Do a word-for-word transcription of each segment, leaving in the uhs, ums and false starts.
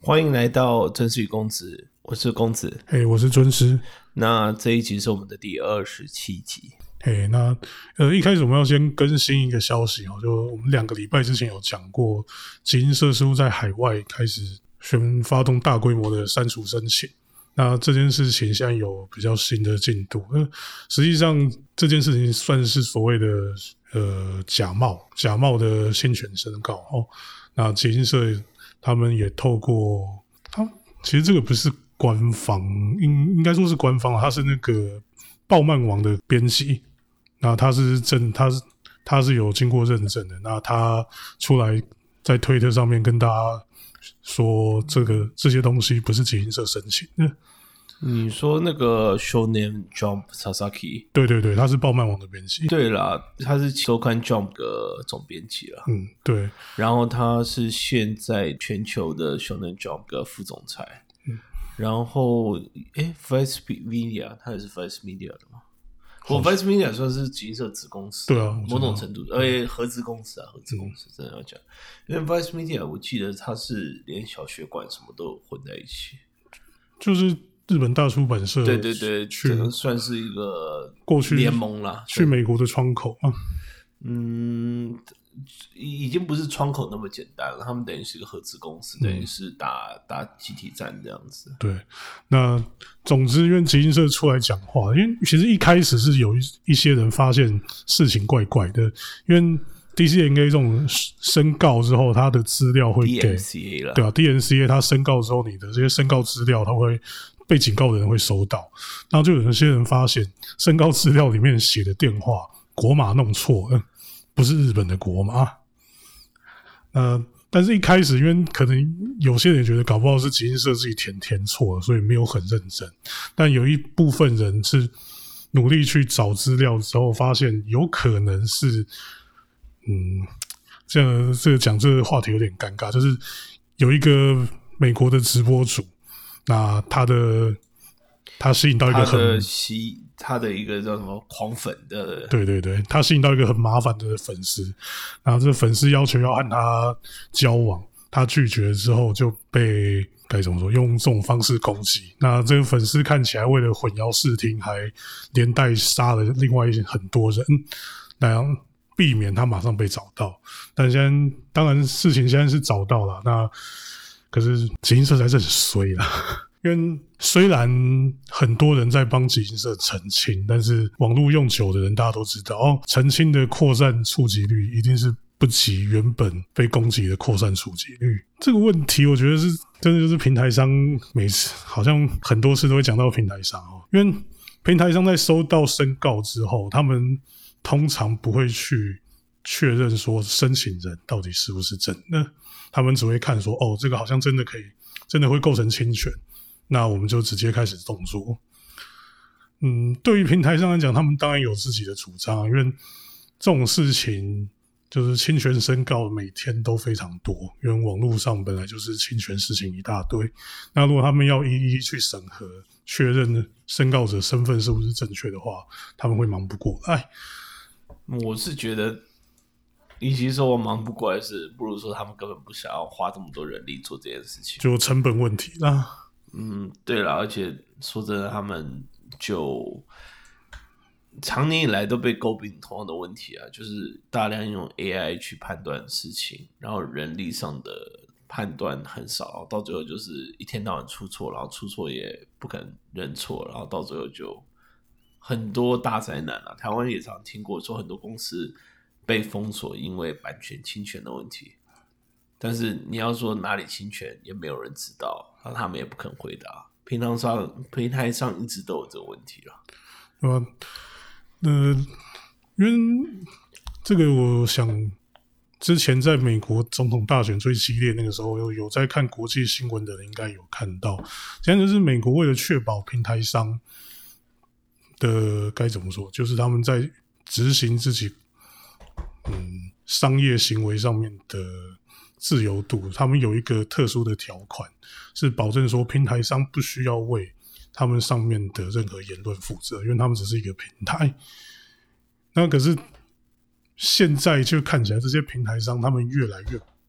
欢迎来到真实与公子，我是公子， 嘿、hey, 我是尊师。 那这一集是我们的第二十七集。 嘿、hey, 那呃，一开始我们要先更新一个消息哦，就我们两个礼拜之前有讲过，集英社似乎在海外开始宣发动大规模的删除申请。那这件事情现在有比较新的进度，那实际上这件事情算是所谓的呃假冒假冒的侵权申告哦。那集英社他们也透过他，其实这个不是官方，应应该说是官方，他是那个爆漫网的编辑，那他是正，他是他是有经过认证的，那他出来在推特上面跟大家说，这个这些东西不是集英社申请的。 你说那个 Shonen Jump Sasaki， 对对对，他是爆漫网的编辑。 对啦，他是周刊 Jump 的总编辑啦。 嗯，对。 然后他是现在全球的 Shonen Jump 的副总裁。嗯，然后诶 Vice Media 他也是 Vice Media 的吗？我 Vice Media 算是集英社子公司， 对啊， 某种程度，而且合资公司啊，合资公司真的要讲，因为 Vice Media 我记得他是连小学馆什么都有混在一起， 就是日本大出版社， 对对对，这个算是一个过去联盟啦， 去美国的窗口啊。 嗯，已经不是窗口那么简单了，他们等于是一个合资公司，嗯、等于是打打集体战这样子。 对，那总之，因为集英社出来讲话，因为其实一开始是有 一, 一些人发现事情怪怪的，因为 D C N A 这种申告之后，他的资料会给 D N C A 了， 对啊 ，D N C A 他申告之后，你的这些申告资料，他会被警告的人会收到，然后就有些人发现申告资料里面写的电话国码弄错了，不是日本的国码。呃，但是一开始因为可能有些人觉得搞不好是集英社自己填填错了，所以没有很认真。但有一部分人是努力去找资料之后，发现有可能是，嗯，这样这个讲这个话题有点尴尬，就是有一个美国的直播主，那他的他吸引到一个很他的吸他的一个叫什么狂粉的， 对对对，他吸引到一个很麻烦的粉丝，然后这个粉丝要求要和他交往，他拒绝之后就被该怎么说，用这种方式攻击。那这个粉丝看起来为了混淆视听，还连带杀了另外很多人，那样避免他马上被找到。但现在当然事情现在是找到了，那可是集英社才是很衰啦。因为虽然很多人在帮集英社澄清，但是网络用久的人大家都知道，哦，澄清的扩散触及率一定是不及原本被攻击的扩散触及率。这个问题我觉得是真的就是平台商每次好像很多次都会讲到平台商哦，因为平台商在收到申告之后，他们通常不会去确认说申请人到底是不是真的，他们只会看说哦，这个好像真的可以，真的会构成侵权。那我们就直接开始动作。嗯，对于平台上来讲，他们当然有自己的主张，因为这种事情就是侵权申告每天都非常多，因为网络上本来就是侵权事情一大堆。那如果他们要一一去审核，确认申告者身份是不是正确的话，他们会忙不过来。 我是觉得，与其说我忙不过来是，不如说他们根本不想要花这么多人力做这件事情， 就成本问题啦。 嗯，对啦，而且说真的，他们就常年以来都被诟病同样的问题啊，就是大量用 A I 去判断事情，然后人力上的判断很少，到最后就是一天到晚出错，然后出错也不肯认错，然后到最后就很多大灾难啊。台湾也常听过说很多公司被封锁，因为版权侵权的问题。但是你要说哪里侵权，也没有人知道，那他们也不肯回答。平台上平台上一直都有这个问题了， 对吧？呃，因为这个，我想之前在美国总统大选最激烈那个时候，有有在看国际新闻的人应该有看到，现在就是美国为了确保平台商的该怎么说，就是他们在执行自己嗯商业行为上面的自由度，他们有一个特殊的条款，是保证说平台商不需要为他们上面的任何言论负责，因为他们只是一个平台。那可是现在就看起来这些平台商他们越来越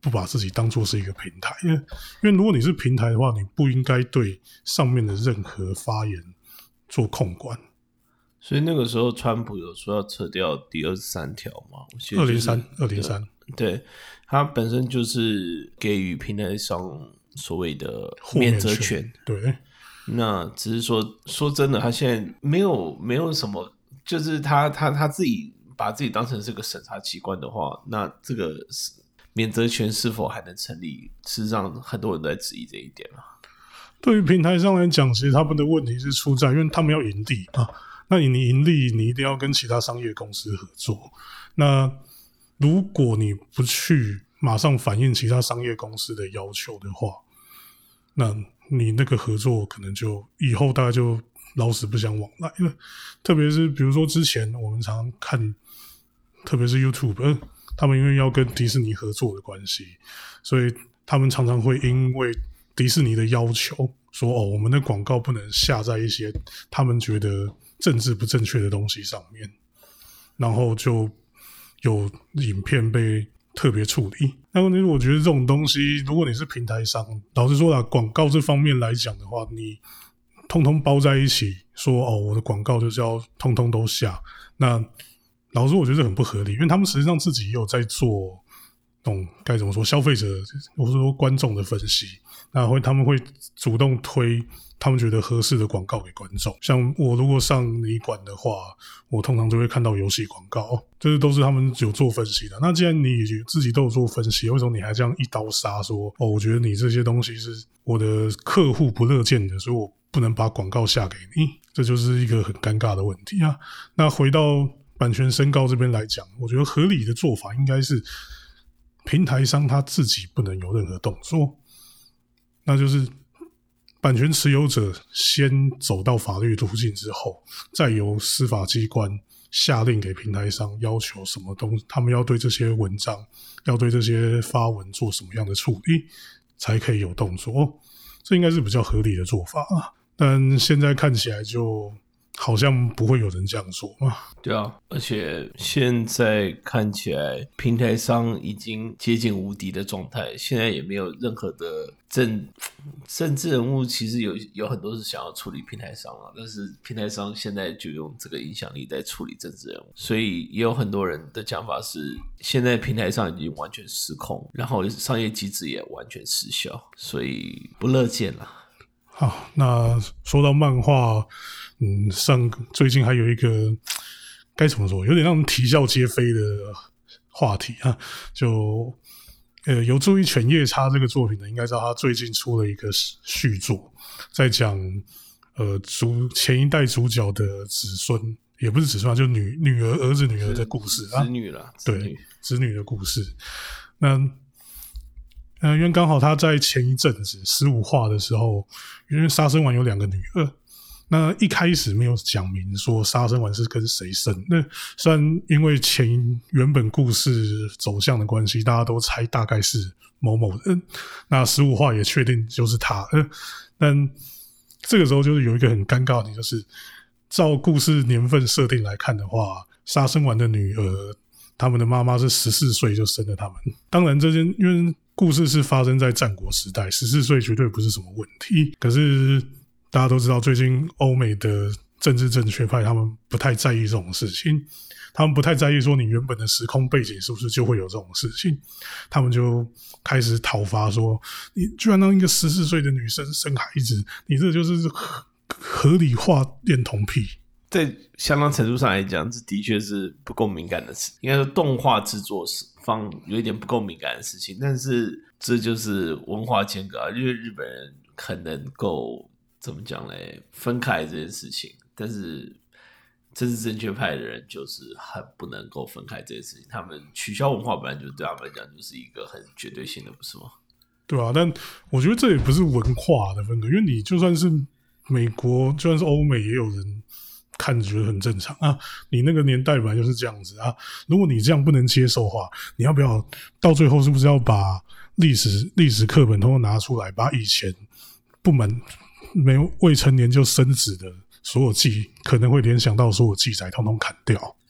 不把自己当作是一个平台，因为因为如果你是平台的话，你不应该对上面的任何发言做控管。 所以那个时候，川普有说要撤掉第二十三条嘛？我记得二零三二零三， 对，它本身就是给予平台上所谓的免责权。 对， 那只是说说真的，他现在没有没有什么，就是他他他自己把自己当成是个审查机关的话，那这个免责权是否还能成立？事实上，很多人都在质疑这一点啊。 对于平台上来讲，其实他们的问题是出在，因为他们要盈利啊。那你盈利，你一定要跟其他商业公司合作。那如果你不去马上反映其他商业公司的要求的话，那你那个合作可能就以后大概就老死不相往来了。特别是比如说之前我们常常看，特别是 YouTube， 呃、他们因为要跟迪士尼合作的关系，所以他们常常会因为迪士尼的要求说，哦，我们的广告不能下在一些他们觉得政治不正确的东西上面，然后就有影片被特别处理。那问题是我觉得这种东西，如果你是平台商，老实说啦，广告这方面来讲的话，你通通包在一起说，哦，我的广告就是要通通都下，那老实说我觉得很不合理，因为他们实际上自己也有在做那种该怎么说消费者或者说观众的分析，那会他们会主动推他们觉得合适的广告给观众。像我如果上你馆的话，我通常就会看到游戏广告，这都是他们有做分析的。那既然你自己都有做分析，为什么你还这样一刀杀说，哦，我觉得你这些东西是我的客户不乐见的，所以我不能把广告下给你，这就是一个很尴尬的问题啊。那回到版权申告这边来讲，我觉得合理的做法应该是平台商他自己不能有任何动作，那就是版权持有者先走到法律途径之后，再由司法机关下令给平台商要求什么东西，他们要对这些文章要对这些发文做什么样的处理才可以有动作，哦，这应该是比较合理的做法啊。但现在看起来就好像不会有人这样做嘛。 对啊，而且现在看起来平台商已经接近无敌的状态，现在也没有任何的政政治人物，其实有有很多是想要处理平台商啊，但是平台商现在就用这个影响力在处理政治人物，所以也有很多人的讲法是，现在平台上已经完全失控，然后商业机制也完全失效，所以不乐见了。 好，那说到漫画，嗯，上最近还有一个该怎么说，有点让人啼笑皆非的话题啊，就呃有注意犬夜叉这个作品的，应该知道他最近出了一个续作，在讲呃主前一代主角的子孙，也不是子孙啊，就女女儿、儿子、女儿的故事啊， 子女啦， 对，子女的故事。那呃，因为刚好他在前一阵子十五话的时候，因为杀生丸有两个女儿，那一开始没有讲明说杀生丸是跟谁生。那虽然因为前原本故事走向的关系，大家都猜大概是某某人，那十五话也确定就是他。呃，但这个时候就是有一个很尴尬的，就是照故事年份设定来看的话，杀生丸的女儿，他们的妈妈是十四岁就生了他们。当然，这件因为故事是发生在战国时代，十四岁绝对不是什么问题。可是大家都知道，最近欧美的政治正确派他们不太在意这种事情，他们不太在意说你原本的时空背景是不是就会有这种事情，他们就开始讨伐说，你居然让一个十四岁的女生生孩子，你这就是合理化恋童癖。 在相当程度上来讲，这的确是不够敏感的事，应该说动画制作方有一点不够敏感的事情，但是这就是文化间隔啊，因为日本人很能够怎么讲嘞，分开这件事情，但是政治正确派的人就是很不能够分开这件事情，他们取消文化本来就对他们来讲就是一个很绝对性的，不是吗？ 对啊，但我觉得这也不是文化的分割，因为你就算是美国，就算是欧美，也有人看着觉得很正常啊，你那个年代本来就是这样子啊。如果你这样不能接受的话，你要不要到最后是不是要把历史历史课本通通拿出来，把以前不满没有未成年就生子的所有记可能会联想到所有记载通通砍掉？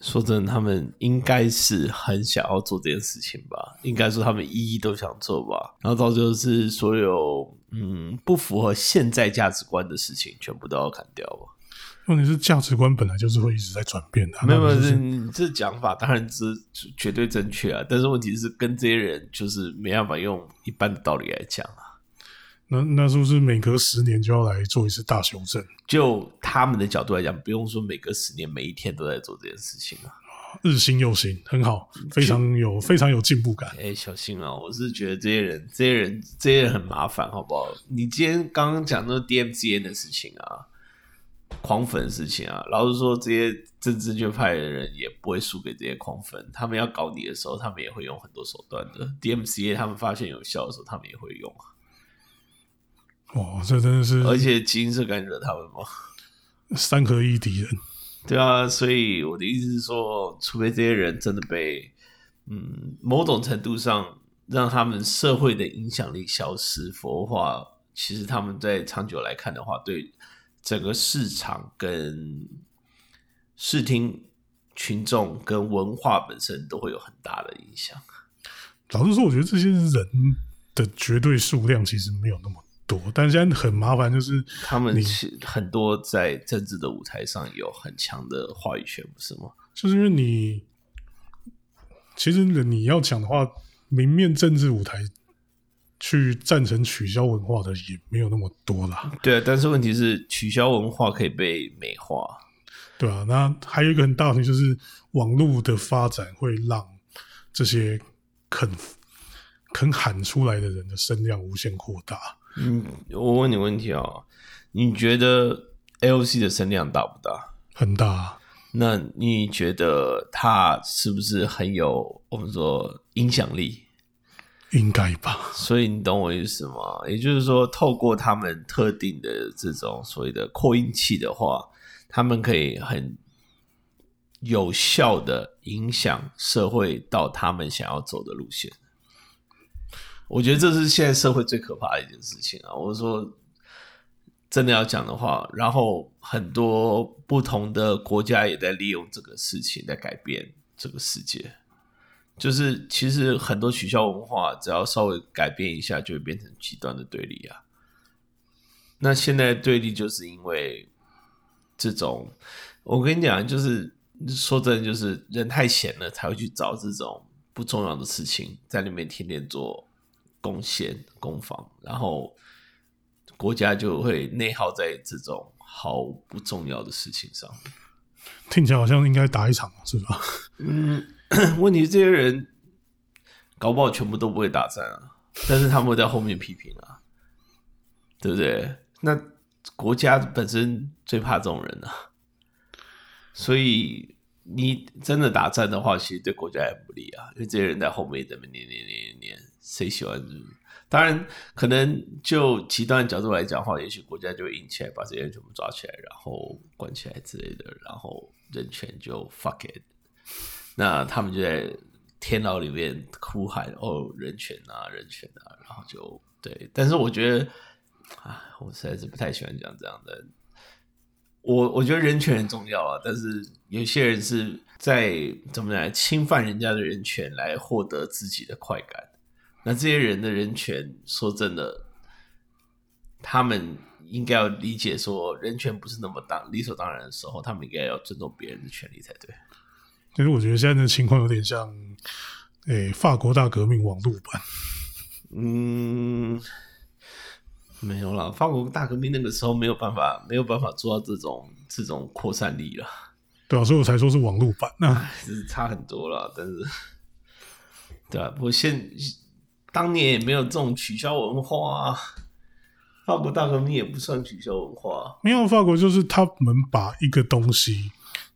说真的，他们应该是很想要做这件事情吧，应该说他们一一都想做吧，然后到最后是所有嗯不符合现在价值观的事情全部都要砍掉吧。 问题是价值观本来就是会一直在转变的、啊， 没有没有， 就是你这讲法当然是绝对正确啊，但是问题是跟这些人就是没办法用一般的道理来讲啊。 那那是不是每隔十年就要来做一次大修正？ 就他们的角度来讲，不用说每隔十年每一天都在做这件事情啊。 日新又新，很好，非常有非常有进步感。 哎、欸，小心啊！我是觉得这些人，这些人，这些人很麻烦，好不好？你今天刚刚讲那个 D M C N 的事情啊，狂粉的事情啊，老实说，这些政治正确派的人也不会输给这些狂粉。他们要搞你的时候，他们也会用很多手段的。D M C A 他们发现有效的时候，他们也会用啊。 哇，这真的是， 而且基因是敢惹他们吗？ 三合一敌人。 对啊，所以我的意思是说，除非这些人真的被嗯某种程度上让他们社会的影响力消失，否则的话，其实他们在长久来看的话，对整个市场跟视听群众跟文化本身都会有很大的影响。 老实说，我觉得这些人的绝对数量其实没有那么多，但现在很麻烦，就是他们很多在政治的舞台上有很强的话语权，不是吗？ 就是因为你其实你要讲的话，明面政治舞台去赞成取消文化的也没有那么多啦。 对啊，但是问题是取消文化可以被美化。 对啊，那还有一个很大的问题就是网络的发展会让这些肯肯喊出来的人的声量无限扩大。 嗯，我问你问题哦，你觉得 L O C 的声量大不大？ 很大啊。 那你觉得它是不是很有我们说影响力？ 应该吧。 所以你懂我意思吗？也就是说，透过他们特定的这种所谓的扩音器的话，他们可以很有效的影响社会到他们想要走的路线。我觉得这是现在社会最可怕的一件事情啊！我说真的要讲的话，然后很多不同的国家也在利用这个事情在改变这个世界。就是其实很多取消文化，只要稍微改变一下，就会变成极端的对立啊。那现在的对立就是因为这种，我跟你讲，就是说真的，就是人太闲了，才会去找这种不重要的事情，在里面天天做攻陷、攻防，然后国家就会内耗在这种毫不重要的事情上面。 听起来好像应该打一场，是吧？ 嗯。问题是这些人搞不好全部都不会打战啊，但是他们会在后面批评啊，对不对？那国家本身最怕这种人啊，所以你真的打战的话，其实对国家也不利啊，因为这些人在后面在那边念念念念，谁喜欢？当然，可能就极端的角度来讲的话，也许国家就会硬起来，把这些人全部抓起来，然后关起来之类的，然后人权就 fuck it。那他们就在天牢里面哭喊哦，人权啊，人权啊，然后就对。但是我觉得，啊，我实在是不太喜欢讲这样的。我我觉得人权很重要啊，但是有些人是在怎么讲侵犯人家的人权来获得自己的快感。那这些人的人权，说真的，他们应该要理解说，人权不是那么当理所当然的时候，他们应该要尊重别人的权利才对。 其实我觉得现在的情况有点像，诶、欸，法国大革命网路版。 嗯，没有啦，法国大革命那个时候没有办法，没有办法做到这种这种扩散力了。 对啊，所以我才说是网路版。那是差很多啦，但是，对啊，不过现当年也没有这种取消文化啊。法国大革命也不算取消文化， 没有，法国就是他们把一个东西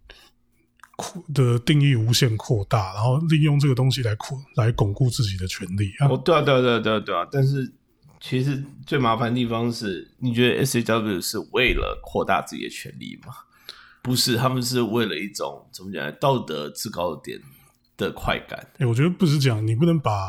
的定义无限扩大，然后利用这个东西来扩来巩固自己的权利啊。 哦，对啊，对啊，对啊，对啊，对啊。但是其实最麻烦的地方是，你觉得 S H W 是为了扩大自己的权利吗？不是，他们是为了一种怎么讲道德制高点的快感。 欸，我觉得不是这样，你不能把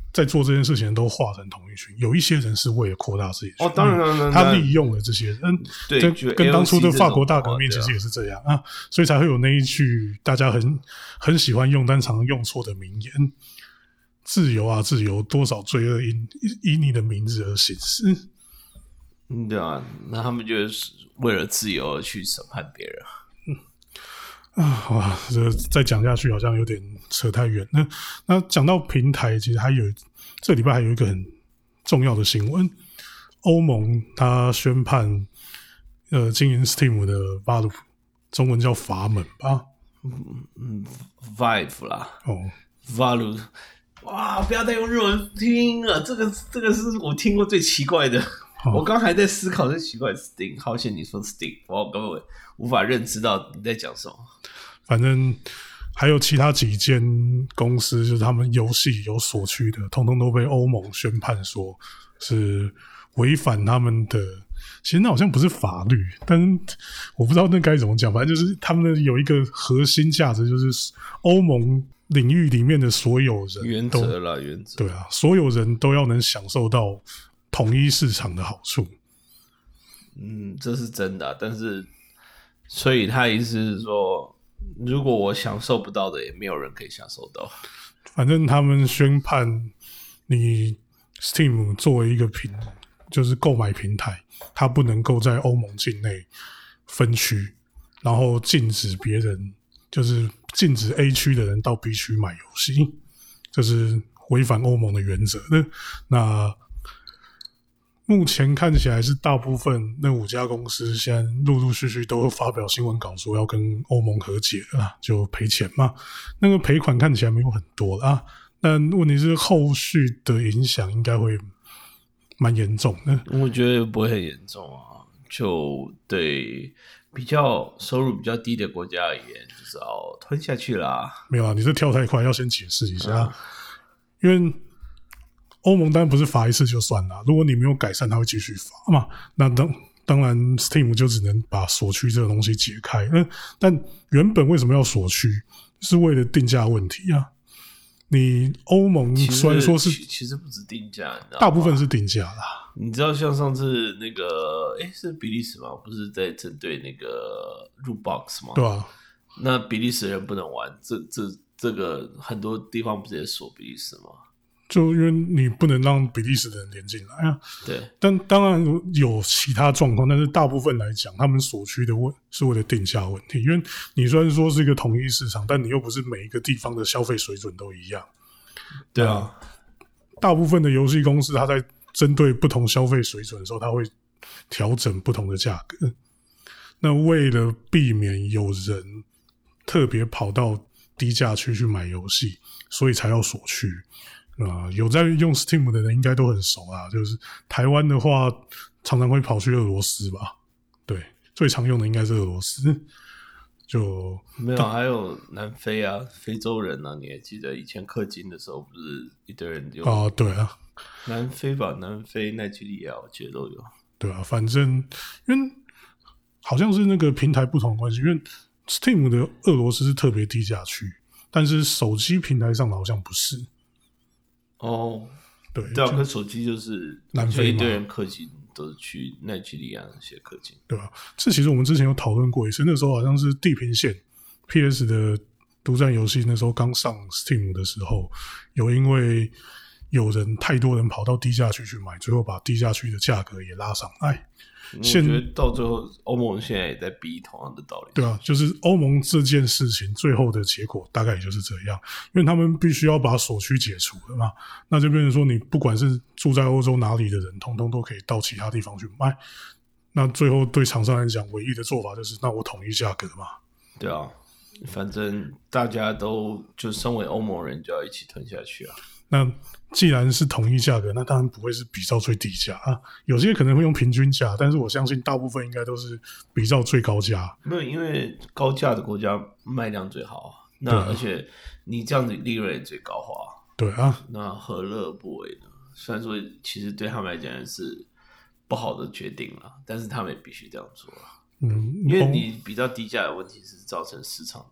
在做这件事情都化成同一群，有一些人是为了扩大自己的哦，当然当然， 他利用了这些人， 对， 跟跟当初的法国大革命其实也是这样 啊, 啊，所以才会有那一句大家很很喜欢用但常常用错的名言：自由啊，自由，多少罪恶因以你的名字而行事。 嗯，对啊，那他们就是为了自由而去审判别人。 嗯啊，好吧，这再讲下去好像有点扯太远。那那讲到平台，其实还有这礼拜还有一个很重要的新闻，欧盟它宣判，呃，经营 Steam 的 Valve， 中文叫阀门吧？ 嗯嗯 ，Vive 啦， 哦 ，Valve， 哇，不要再用日文拼了，这个这个是我听过最奇怪的。哦、我刚还在思考这奇怪的 Steam， 好险你说 Steam， 我根本无法认知到你在讲什么。 反正还有其他几间公司，就是他们游戏有所趋的，通通都被欧盟宣判说是违反他们的。其实那好像不是法律，但是我不知道那该怎么讲。反正就是他们的有一个核心价值，就是欧盟领域里面的所有人原则啦，原则对啊，所有人都要能享受到统一市场的好处。 嗯，这是真的、啊，但是所以他意思是说，如果我享受不到的，也没有人可以享受到。 反正他们宣判，你 Steam 作为一个平，就是购买平台，它不能够在欧盟境内分区，然后禁止别人，就是禁止 A 区的人到 B 区买游戏，这是违反欧盟的原则的。那目前看起来是大部分那五家公司现在陆陆续续都会发表新闻稿说要跟欧盟和解了，就赔钱嘛。那个赔款看起来没有很多啦，但问题是后续的影响应该会蛮严重的。 我觉得不会很严重啊，就对比较收入比较低的国家而言，就是要吞下去啦。 没有啊，你这跳太快，要先解释一下，嗯、因为欧盟当然不是罚一次就算了，如果你没有改善，它会继续罚嘛。那当当然 ，Steam 就只能把锁区这个东西解开。嗯，但原本为什么要锁区？是为了定价问题啊。你欧盟虽然说是， 其实其实不止定价，你知道吗？ 大部分是定价啦。 你知道，像上次那个，诶，是比利时吗？不是在针对那个 Rootbox 吗？ 对啊。 那比利时人不能玩，这这这个很多地方不是也锁比利时吗？ 就因为你不能让比利时的人连进来啊。 对。 但当然有其他状况，但是大部分来讲，他们所需的问是为了定价问题。因为你虽然说是一个统一市场，但你又不是每一个地方的消费水准都一样。 对啊。 大部分的游戏公司，它在针对不同消费水准的时候，它会调整不同的价格。那为了避免有人特别跑到低价区去买游戏，所以才要锁区。呃，有在用 Steam 的人应该都很熟啦，就是台湾的话常常会跑去俄罗斯吧，对，最常用的应该是俄罗斯。就没有，还有南非啊，非洲人啊，你还记得以前氪金的时候，不是一堆人用啊？对啊， 南非吧，南非、奈及利亚，我记得都有。 对啊，反正因为好像是那个平台不同的关系，因为 Steam 的俄罗斯是特别低价区，但是手机平台上好像不是。 哦， 对， 对啊，可手机就是南非嘛， 一堆人氪金都是去奈及利亚那些氪金， 对吧、啊？这其实我们之前有讨论过一次，那时候好像是地平线 P S 的独占游戏，那时候刚上 Steam 的时候，有因为有人太多人跑到低价区去买，最后把低价区的价格也拉上来。 我觉得到最后欧盟现在也在逼同样的道理。 对啊，就是欧盟这件事情最后的结果大概也就是这样，因为他们必须要把锁区解除了嘛，那就变成说你不管是住在欧洲哪里的人，通通都可以到其他地方去卖。那最后对厂商来讲，唯一的做法就是那我统一价格嘛。 对啊，反正大家都就身为欧盟人就要一起吞下去啊。 那既然是统一价格，那当然不会是比照最低价啊，有些可能会用平均价，但是我相信大部分应该都是比照最高价。 没有，因为高价的国家卖量最好啊，那而且你这样子利润也最高化。 对啊， 那何乐不为呢？虽然说其实对他们来讲是不好的决定啦，但是他们也必须这样做啦。 嗯， 因为你比较低价的问题是造成市场的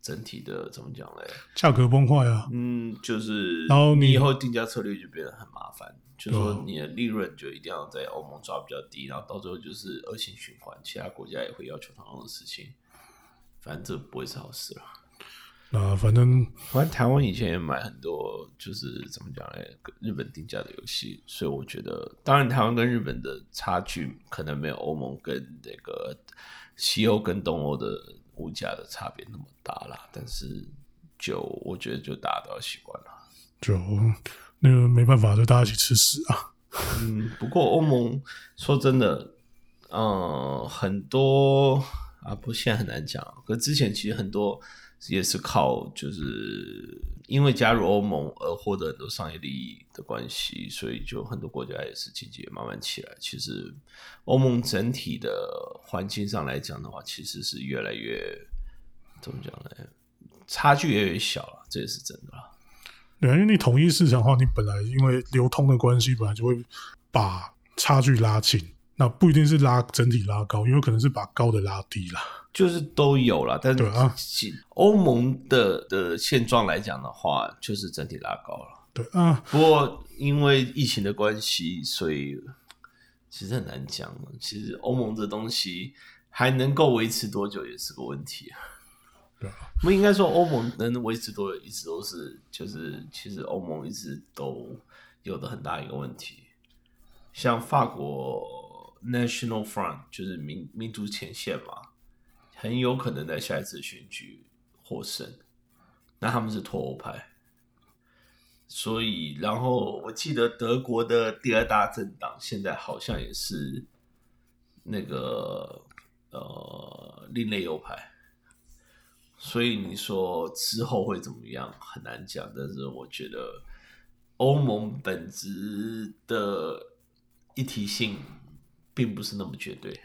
整体的怎么讲嘞？ 价格崩坏啊， 嗯，就是然后你你以后定价策略就变得很麻烦，就是说你的利润就一定要在欧盟抓比较低，然后到最后就是恶性循环，其他国家也会要求同样的事情，反正这不会是好事了。 那反正反正台湾以前也买很多，就是怎么讲嘞，日本定价的游戏，所以我觉得，当然台湾跟日本的差距可能没有欧盟跟那个西欧跟东欧的物价的差别那么大啦，但是就我觉得就大家都要习惯了， 就那个没办法，就大家一起吃屎啊。 嗯，不过欧盟说真的，嗯，很多啊，不，现在很难讲，可之前其实很多。也是靠就是因为加入欧盟而获得很多商业利益的关系，所以就很多国家也是经济也慢慢起来。其实欧盟整体的环境上来讲的话，其实是越来越怎么讲呢？差距越来越小了，这也是真的啦。 对啊，因为你统一市场的话，你本来因为流通的关系，本来就会把差距拉近。那不一定是拉整体拉高，也有可能是把高的拉低啦， 就是都有啦。但是欧盟的的现状来讲的话，就是整体拉高了。 对啊， 不过因为疫情的关系，所以其实很难讲。其实欧盟这东西还能够维持多久也是个问题啊。 对啊， 不应该说欧盟能维持多久，一直都是就是其实欧盟一直都有的很大一个问题，像法国。National Front 就是民民主前线嘛，很有可能在下一次选举获胜。那他们是脱欧派，所以然后我记得德国的第二大政党现在好像也是那个呃另类右派，所以你说之后会怎么样很难讲。但是我觉得欧盟本质的一体性。并不是那么绝对。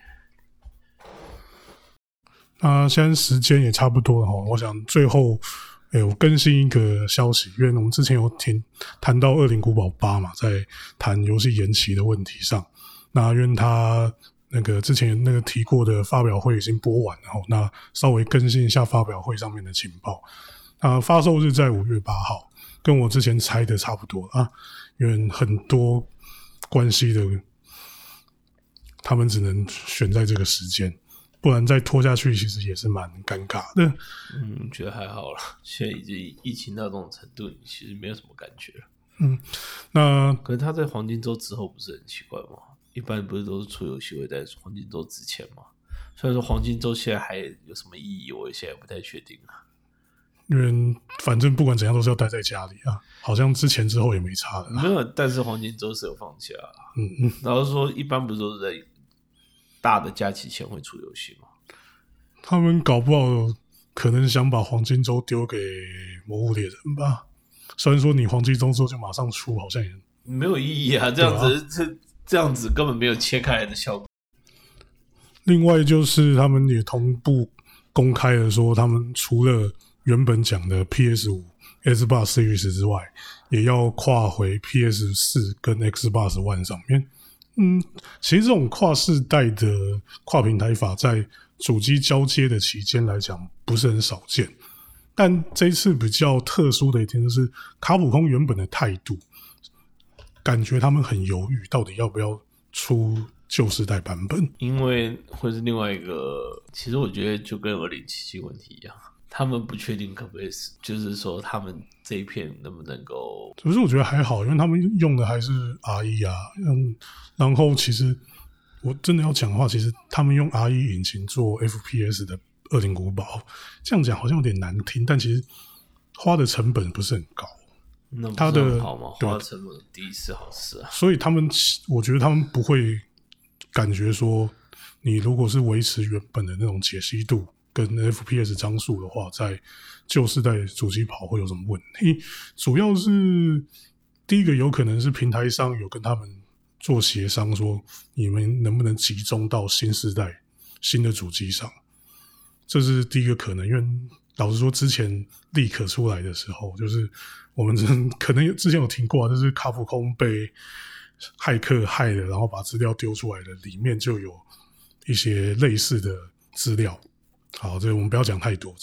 那现在时间也差不多了哈，我想最后，哎，我更新一个消息，因为我们之前有谈谈到《恶灵古堡八》嘛，在谈游戏延期的问题上，那因为他那个之前那个提过的发表会已经播完了，那稍微更新一下发表会上面的情报。那发售日在五月八号，跟我之前猜的差不多啊，因为很多关系的。他们只能选在这个时间，不然再拖下去其实也是蛮尴尬的。 嗯，觉得还好啦，现在已经疫情到这种程度，其实没有什么感觉了。 嗯，那可是他在黄金周之后不是很奇怪吗？一般不是都是出游戏会在黄金周之前吗？所以说黄金周现在还有什么意义，我现在不太确定啊。 因为反正不管怎样都是要待在家里啊，好像之前之后也没差的。 没有，但是黄金周是有放假啊。 嗯嗯， 然后说一般不是都是在大的假期前会出游戏吗？ 他们搞不好可能想把黄金周丢给魔物猎人吧。虽然说你黄金周之后就马上出，好像也没有意义啊，这样子这、啊、这样子根本没有切开来的效果。 另外就是他们也同步公开了说，他们除了原本讲的 P S 五 Xbox Series 之外，也要跨回 P S 四 跟 Xbox One 上面。嗯，其实这种跨世代的跨平台法在主机交接的期间来讲不是很少见，但这一次比较特殊的一点就是卡普空原本的态度，感觉他们很犹豫，到底要不要出旧世代版本， 因为会是另外一个，其实我觉得就跟二零七七问题一样，他们不确定可不可以，就是说他们这一片能不能够， 可是我觉得还好，因为他们用的还是 R 一 啊，嗯，然后其实我真的要讲的话，其实他们用 R 一 引擎做 F P S 的恶灵古堡，这样讲好像有点难听，但其实花的成本不是很高。 那不是很好吗？花的成本低是好事啊。 所以他们，我觉得他们不会感觉说，你如果是维持原本的那种解析度跟 F P S 张数的话，在旧世代主机跑会有什么问题？主要是第一个有可能是平台商有跟他们做协商，说你们能不能集中到新世代新的主机上，这是第一个可能。因为老实说，之前立可出来的时候，就是我们可能之前有听过、啊，就是卡普空被骇客害了，然后把资料丢出来的，里面就有一些类似的资料。好，这个我们不要讲太多这个。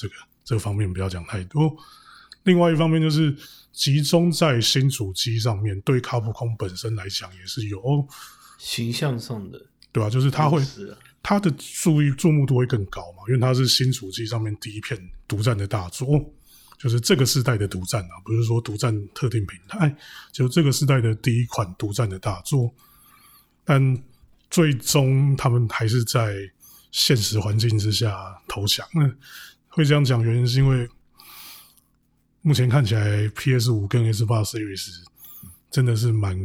这个方面不要讲太多。另外一方面就是集中在新主机上面，对卡普空本身来讲也是有形象上的， 对吧、啊？就是它会它的注意注目度会更高嘛，因为它是新主机上面第一片独占的大作，就是这个世代的独占啊，不是说独占特定平台，就这个世代的第一款独占的大作。但最终他们还是在现实环境之下投降。会这样讲原因是因为目前看起来 P S 五 跟 Xbox Series 真的是蛮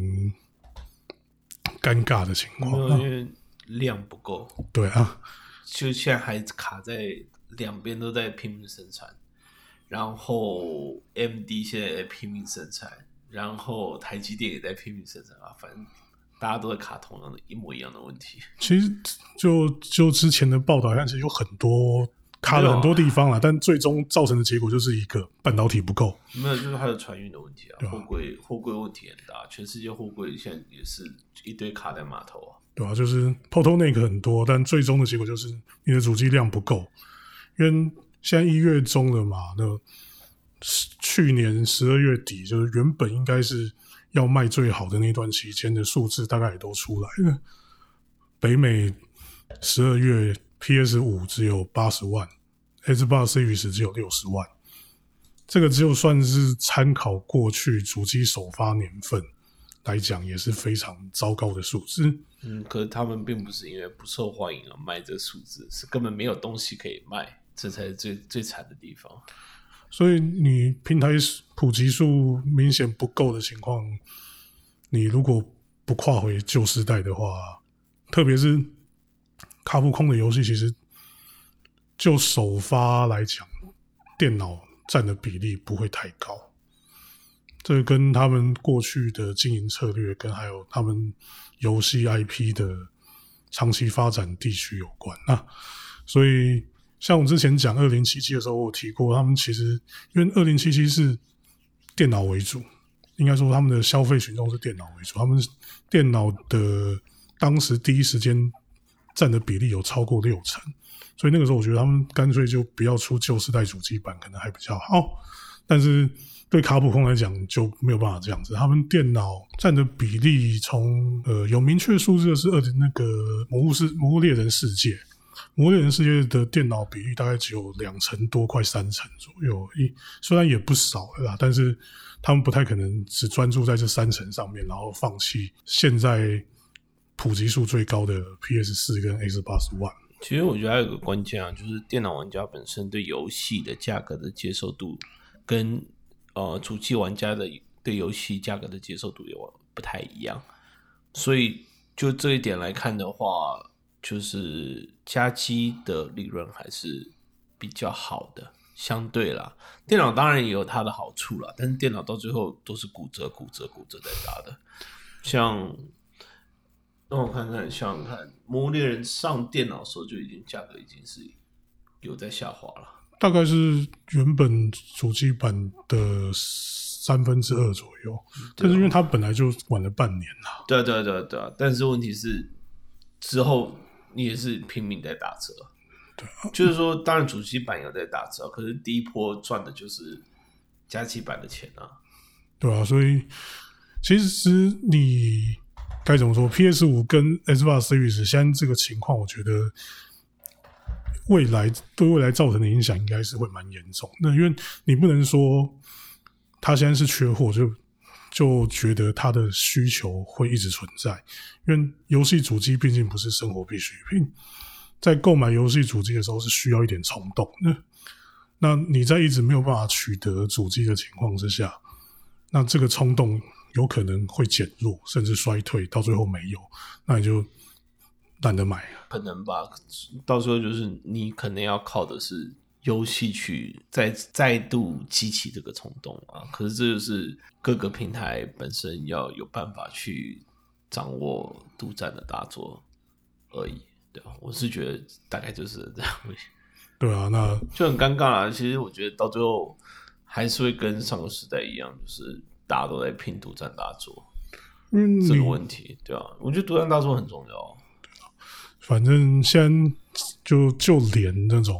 尴尬的情况， 因为量不够。 对啊， 就现在还卡在两边都在拼命生产，然后 A M D 现在也在拼命生产，然后台积电也在拼命生产啊，反正大家都在卡同样的一模一样的问题。 其实就就之前的报道看，其实有很多卡了很多地方啦，但最终造成的结果就是一个半导体不够。 没有，就是还有船运的问题啊，货柜货柜问题很大，全世界货柜现在也是一堆卡在码头啊。 对啊，就是 bottleneck 很多，但最终的结果就是你的主机量不够，因为现在一月中了嘛，那去年十二月底就是原本应该是要卖最好的那段期间的数字大概也都出来了。北美十二月 P S 五 只有八十万 Xbox Series 只有六十万，这个只有算是参考过去主机首发年份来讲也是非常糟糕的数字。 嗯，可是他们并不是因为不受欢迎而卖这数字，是根本没有东西可以卖，这才是最最惨的地方。 所以你平台普及数明显不够的情况，你如果不跨回旧时代的话，特别是卡普空的游戏，其实就首发来讲，电脑占的比例不会太高。这跟他们过去的经营策略，跟还有他们游戏 I P 的长期发展地区有关啊。所以像我之前讲二零七七的时候，我有提过，他们其实因为二零七七是电脑为主，应该说他们的消费群众是电脑为主，他们电脑的当时第一时间占的比例有超过六成，所以那个时候我觉得他们干脆就不要出旧世代主机版，可能还比较好。但是对卡普空来讲就没有办法这样子，他们电脑占的比例从呃有明确数字的是二那个魔物世魔物猎人世界。魔物猎人世界的电脑比例大概只有两成多，快三成左右，虽然也不少了啦，但是他们不太可能只专注在这三成上面，然后放弃现在普及数最高的 P S 四 跟 Xbox One。 其实我觉得还有一个关键啊，就是电脑玩家本身对游戏的价格的接受度，跟呃主机玩家的对游戏价格的接受度也不太一样，所以就这一点来看的话，就是家机的利润还是比较好的，相对啦。电脑当然也有它的好处啦，但是电脑到最后都是骨折、骨折、骨折在打的。像让我看看，想想看，《魔物猎人》上电脑的时候就已经价格已经是有在下滑了， 大概是原本主机版的三分之二左右，但是因为它本来就晚了半年啦。 对啊对啊对啊对啊，但是问题是之后你也是拼命在打折， 对啊， 就是说当然主机版有在打折，可是第一波赚的就是家机版的钱啊， 对啊，所以其实你该怎么说 P S 五 跟 Xbox Series 现在这个情况，我觉得未来对未来造成的影响应该是会蛮严重的，因为你不能说它现在是缺货就就觉得它的需求会一直存在，因为游戏主机毕竟不是生活必需品，在购买游戏主机的时候是需要一点冲动的，那你在一直没有办法取得主机的情况之下，那这个冲动有可能会减弱甚至衰退，到最后没有，那你就懒得买了。 可能吧，到时候就是你可能要靠的是游戏去再再度激起这个冲动啊。可是这就是各个平台本身要有办法去掌握独占的大作而已，对吧？我是觉得大概就是这样。 对啊，那就很尴尬啦。其实我觉得到最后还是会跟上个时代一样，就是大家都在拼独占大作， 嗯， 这个问题，对啊，我觉得独占大作很重要。 反正现在就就连那种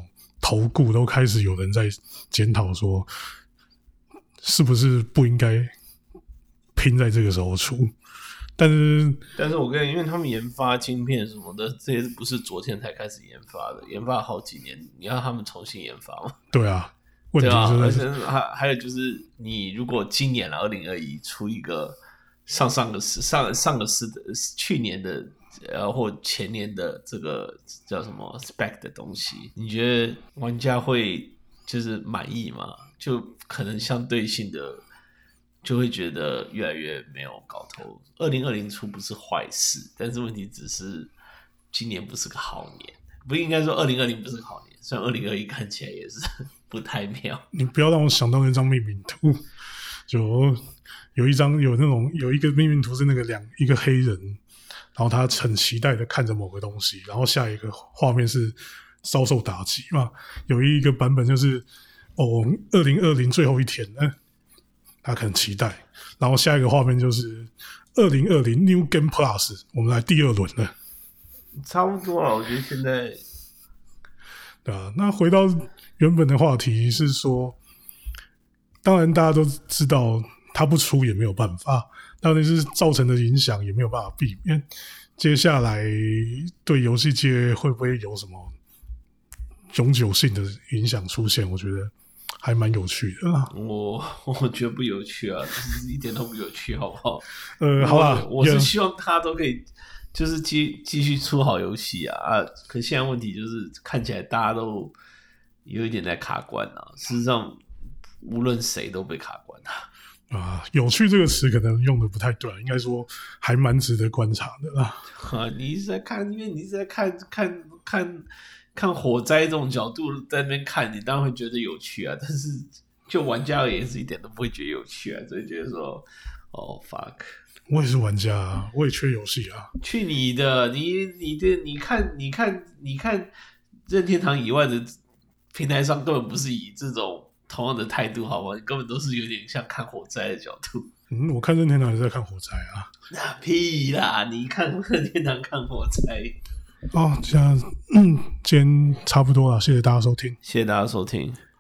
投顾都开始有人在检讨说，是不是不应该拼在这个时候出？但是， 但是我跟你，因为他们研发晶片什么的，这些不是昨天才开始研发的，研发了好几年，你要他们重新研发吗？ 对啊，问题是， 对啊，而且还还有就是，你如果今年二零二一出一个上上个世上上个世的去年的呃或前年的这个叫什么 spec 的东西，你觉得玩家会就是满意吗？就可能相对性的。就会觉得越来越没有搞头。二零二零出不是坏事，但是问题只是今年不是个好年，不应该说二零二零不是个好年，虽然二零二一看起来也是不太妙。 你不要让我想到那张命名图，就有一张有那种有一个命名图是那个两一个黑人，然后他很期待的看着某个东西，然后下一个画面是遭受打击嘛。有一个版本就是哦，二零二零最后一天呢。他很期待，然后下一个画面就是二零二零 New Game Plus， 我们来第二轮了， 差不多了。我觉得现在， 对啊。那回到原本的话题是说，当然大家都知道，他不出也没有办法，但是造成的影响也没有办法避免。接下来对游戏界会不会有什么永久性的影响出现？我觉得。还蛮有趣的啦， 我我觉得不有趣啊，就是一点都不有趣，好不好？ 呃，好啦， 我, 我是希望他都可以，就是继继续出好游戏啊啊！可现在问题就是看起来大家都有一点在卡关啊，事实上无论谁都被卡关啊。 啊，有趣这个词可能用的不太对，应该说还蛮值得观察的啦。 啊，你一直在看，因为你一直在看看看。看火灾这种角度在那边看，你当然会觉得有趣啊，但是就玩家而言是一点都不会觉得有趣啊，所以觉得说，哦 fuck， 我也是玩家啊，我也缺游戏啊。 去你的，你你的，你看你看你看任天堂以外的平台上根本不是以这种同样的态度，好吗？你根本都是有点像看火灾的角度。 嗯，我看任天堂也在看火灾啊。 那屁啦！你看任天堂看火灾。 哦，这样，嗯，今天差不多了，谢谢大家收听， 谢谢大家收听。